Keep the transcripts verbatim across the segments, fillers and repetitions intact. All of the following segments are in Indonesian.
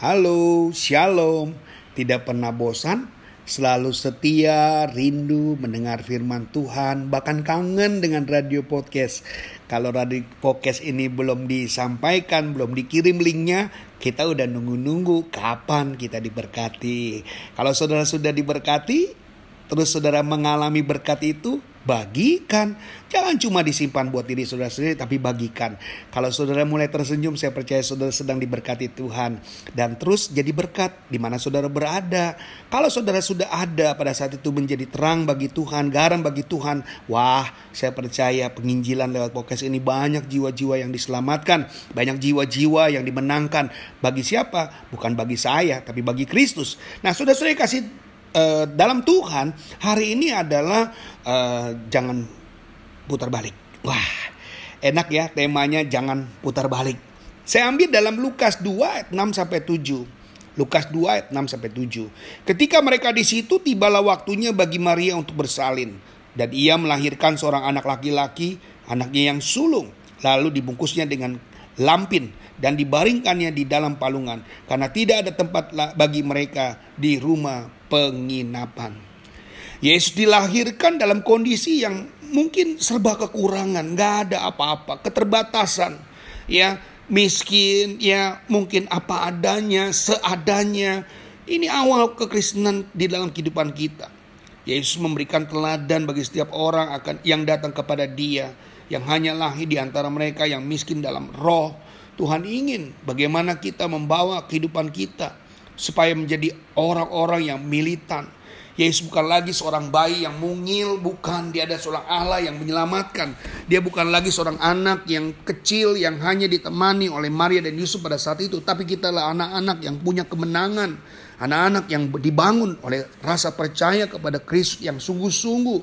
Halo, shalom. Tidak pernah bosan, selalu setia, rindu mendengar firman Tuhan, bahkan kangen dengan radio podcast. Kalau radio podcast ini belum disampaikan, belum dikirim linknya, kita udah nunggu-nunggu kapan kita diberkati. Kalau saudara sudah diberkati, terus saudara mengalami berkat itu, bagikan. Jangan cuma disimpan buat diri saudara sendiri, tapi bagikan. Kalau saudara mulai tersenyum, saya percaya saudara sedang diberkati Tuhan. Dan terus jadi berkat di mana saudara berada. Kalau saudara sudah ada pada saat itu menjadi terang bagi Tuhan, garam bagi Tuhan, wah, saya percaya penginjilan lewat podcast ini banyak jiwa-jiwa yang diselamatkan, banyak jiwa-jiwa yang dimenangkan. Bagi siapa? Bukan bagi saya, tapi bagi Kristus. Nah, saudara-saudara kasih Uh, dalam Tuhan, hari ini adalah uh, jangan putar balik. Wah, enak ya temanya, jangan putar balik. Saya ambil dalam Lukas dua ayat enam sampai tujuh. Lukas dua ayat enam sampai tujuh. Ketika mereka di situ, tibalah waktunya bagi Maria untuk bersalin, dan ia melahirkan seorang anak laki-laki, anaknya yang sulung, lalu dibungkusnya dengan lampin dan dibaringkannya di dalam palungan, karena tidak ada tempat bagi mereka di rumah penginapan. Yesus dilahirkan dalam kondisi yang mungkin serba kekurangan, gak ada apa-apa, keterbatasan, ya, miskin, ya, mungkin apa adanya, seadanya. Ini awal kekristenan di dalam kehidupan kita. Yesus memberikan teladan bagi setiap orang akan yang datang kepada Dia, yang hanya lahir di antara mereka yang miskin dalam roh. Tuhan ingin bagaimana kita membawa kehidupan kita supaya menjadi orang-orang yang militan. Yesus bukan lagi seorang bayi yang mungil, bukan. Dia ada seorang Allah yang menyelamatkan. Dia bukan lagi seorang anak yang kecil yang hanya ditemani oleh Maria dan Yusuf pada saat itu, tapi kita adalah anak-anak yang punya kemenangan, anak-anak yang dibangun oleh rasa percaya kepada Kristus yang sungguh-sungguh.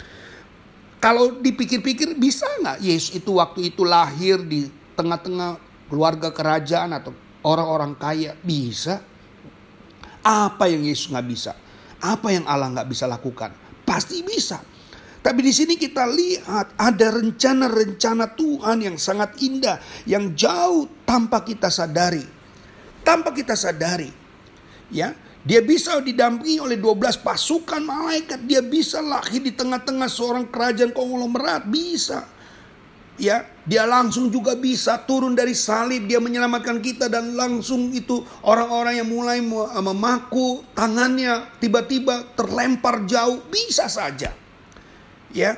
Kalau dipikir-pikir, bisa nggak Yesus itu waktu itu lahir di tengah-tengah keluarga kerajaan atau orang-orang kaya? Bisa. Apa yang Yesus nggak bisa? Apa yang Allah nggak bisa lakukan? Pasti bisa. Tapi di sini kita lihat ada rencana-rencana Tuhan yang sangat indah, yang jauh tanpa kita sadari, tanpa kita sadari, ya. Dia bisa didampingi oleh dua belas pasukan malaikat. Dia bisa lahir di tengah-tengah seorang kerajaan konglomerat, bisa. Ya, dia langsung juga bisa turun dari salib, dia menyelamatkan kita, dan langsung itu orang-orang yang mulai memaku tangannya tiba-tiba terlempar jauh, bisa saja. Ya.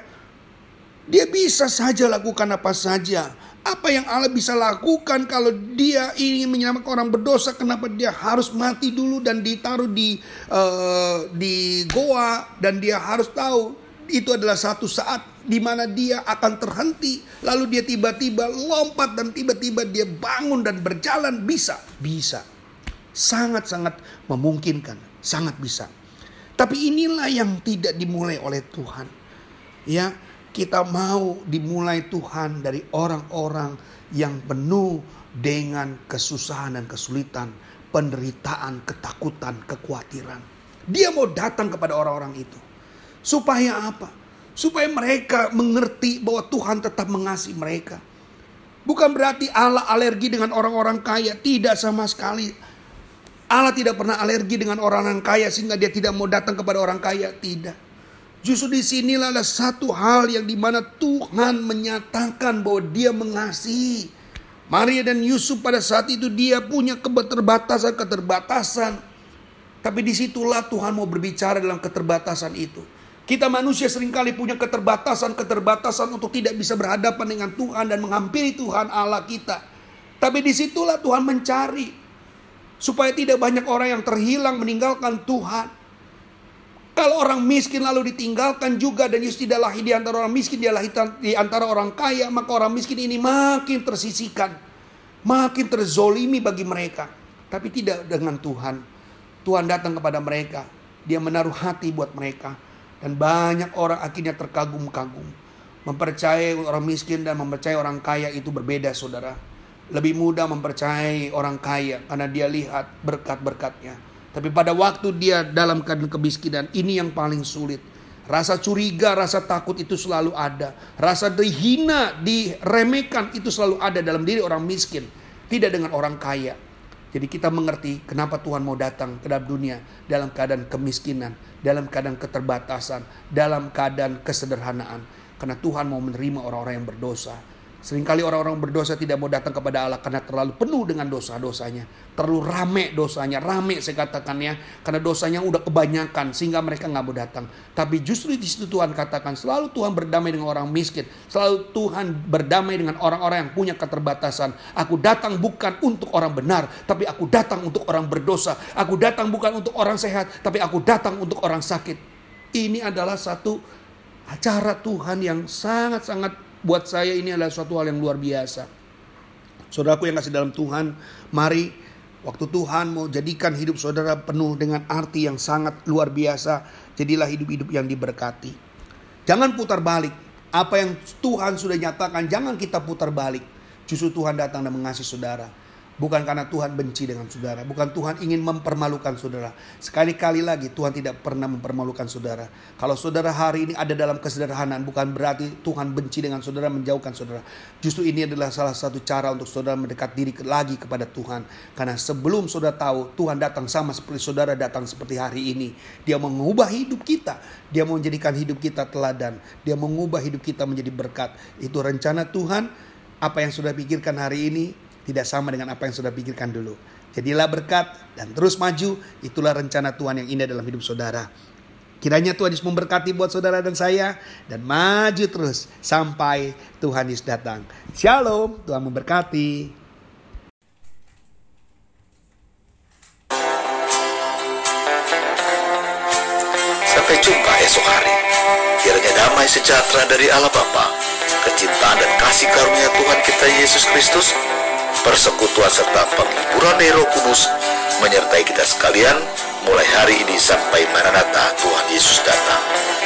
Dia bisa saja lakukan apa saja. Apa yang Allah bisa lakukan kalau dia ingin menyelamatkan orang berdosa, kenapa dia harus mati dulu dan ditaruh di uh, di goa, dan dia harus tahu itu adalah satu saat di mana dia akan terhenti, lalu dia tiba-tiba lompat dan tiba-tiba dia bangun dan berjalan. Bisa, bisa, sangat-sangat memungkinkan, sangat bisa. Tapi inilah yang tidak dimulai oleh Tuhan. Ya, kita mau dimulai Tuhan dari orang-orang yang penuh dengan kesusahan dan kesulitan, penderitaan, ketakutan, kekhawatiran. Dia mau datang kepada orang-orang itu. Supaya apa? Supaya mereka mengerti bahwa Tuhan tetap mengasihi mereka. Bukan berarti Allah alergi dengan orang-orang kaya. Tidak sama sekali. Allah tidak pernah alergi dengan orang-orang kaya sehingga dia tidak mau datang kepada orang kaya. Tidak. Justru di sinilah ada satu hal yang dimana Tuhan menyatakan bahwa dia mengasihi. Maria dan Yusuf pada saat itu dia punya keterbatasan-keterbatasan. Tapi disitulah Tuhan mau berbicara dalam keterbatasan itu. Kita manusia seringkali punya keterbatasan-keterbatasan untuk tidak bisa berhadapan dengan Tuhan dan menghampiri Tuhan Allah kita. Tapi disitulah Tuhan mencari. Supaya tidak banyak orang yang terhilang meninggalkan Tuhan. Kalau orang miskin lalu ditinggalkan juga, dan Yesus tidak lahir di antara orang miskin, dia lahir di antara orang kaya, maka orang miskin ini makin tersisihkan. Makin terzolimi bagi mereka. Tapi tidak dengan Tuhan. Tuhan datang kepada mereka. Dia menaruh hati buat mereka. Dan banyak orang akhirnya terkagum-kagum. Mempercayai orang miskin dan mempercayai orang kaya itu berbeda, saudara. Lebih mudah mempercayai orang kaya karena dia lihat berkat-berkatnya. Tapi pada waktu dia dalam keadaan kemiskinan, ini yang paling sulit. Rasa curiga, rasa takut itu selalu ada. Rasa dihina, diremehkan itu selalu ada dalam diri orang miskin. Tidak dengan orang kaya. Jadi kita mengerti kenapa Tuhan mau datang ke dalam dunia dalam keadaan kemiskinan, dalam keadaan keterbatasan, dalam keadaan kesederhanaan. Karena Tuhan mau menerima orang-orang yang berdosa. Seringkali orang-orang berdosa tidak mau datang kepada Allah karena terlalu penuh dengan dosa-dosanya. Terlalu rame dosanya, rame saya katakannya. Karena dosanya udah kebanyakan sehingga mereka gak mau datang. Tapi justru di situ Tuhan katakan selalu Tuhan berdamai dengan orang miskin. Selalu Tuhan berdamai dengan orang-orang yang punya keterbatasan. Aku datang bukan untuk orang benar, tapi aku datang untuk orang berdosa. Aku datang bukan untuk orang sehat, tapi aku datang untuk orang sakit. Ini adalah satu acara Tuhan yang sangat-sangat, buat saya ini adalah suatu hal yang luar biasa. Saudaraku yang kasih dalam Tuhan, mari waktu Tuhan mau jadikan hidup saudara penuh dengan arti yang sangat luar biasa, jadilah hidup-hidup yang diberkati. Jangan putar balik. Apa yang Tuhan sudah nyatakan, jangan kita putar balik. Justru Tuhan datang dan mengasihi saudara. Bukan karena Tuhan benci dengan saudara. Bukan Tuhan ingin mempermalukan saudara. Sekali-kali lagi Tuhan tidak pernah mempermalukan saudara. Kalau saudara hari ini ada dalam kesederhanaan, bukan berarti Tuhan benci dengan saudara, menjauhkan saudara. Justru ini adalah salah satu cara untuk saudara mendekat diri lagi kepada Tuhan. Karena sebelum saudara tahu, Tuhan datang sama seperti saudara datang seperti hari ini. Dia mengubah hidup kita. Dia mau menjadikan hidup kita teladan. Dia mengubah hidup kita menjadi berkat. Itu rencana Tuhan. Apa yang sudah pikirkan hari ini tidak sama dengan apa yang sudah pikirkan dulu. Jadilah berkat dan terus maju. Itulah rencana Tuhan yang indah dalam hidup saudara. Kiranya Tuhan Yesus memberkati buat saudara dan saya. Dan maju terus sampai Tuhan Yesus datang. Shalom, Tuhan memberkati. Sampai jumpa esok hari. Kiranya damai sejahtera dari Allah Bapa, kecintaan dan kasih karunia Tuhan kita Yesus Kristus, persekutuan serta penghiburan dari Roh Kudus menyertai kita sekalian mulai hari ini sampai Maranatha Tuhan Yesus datang.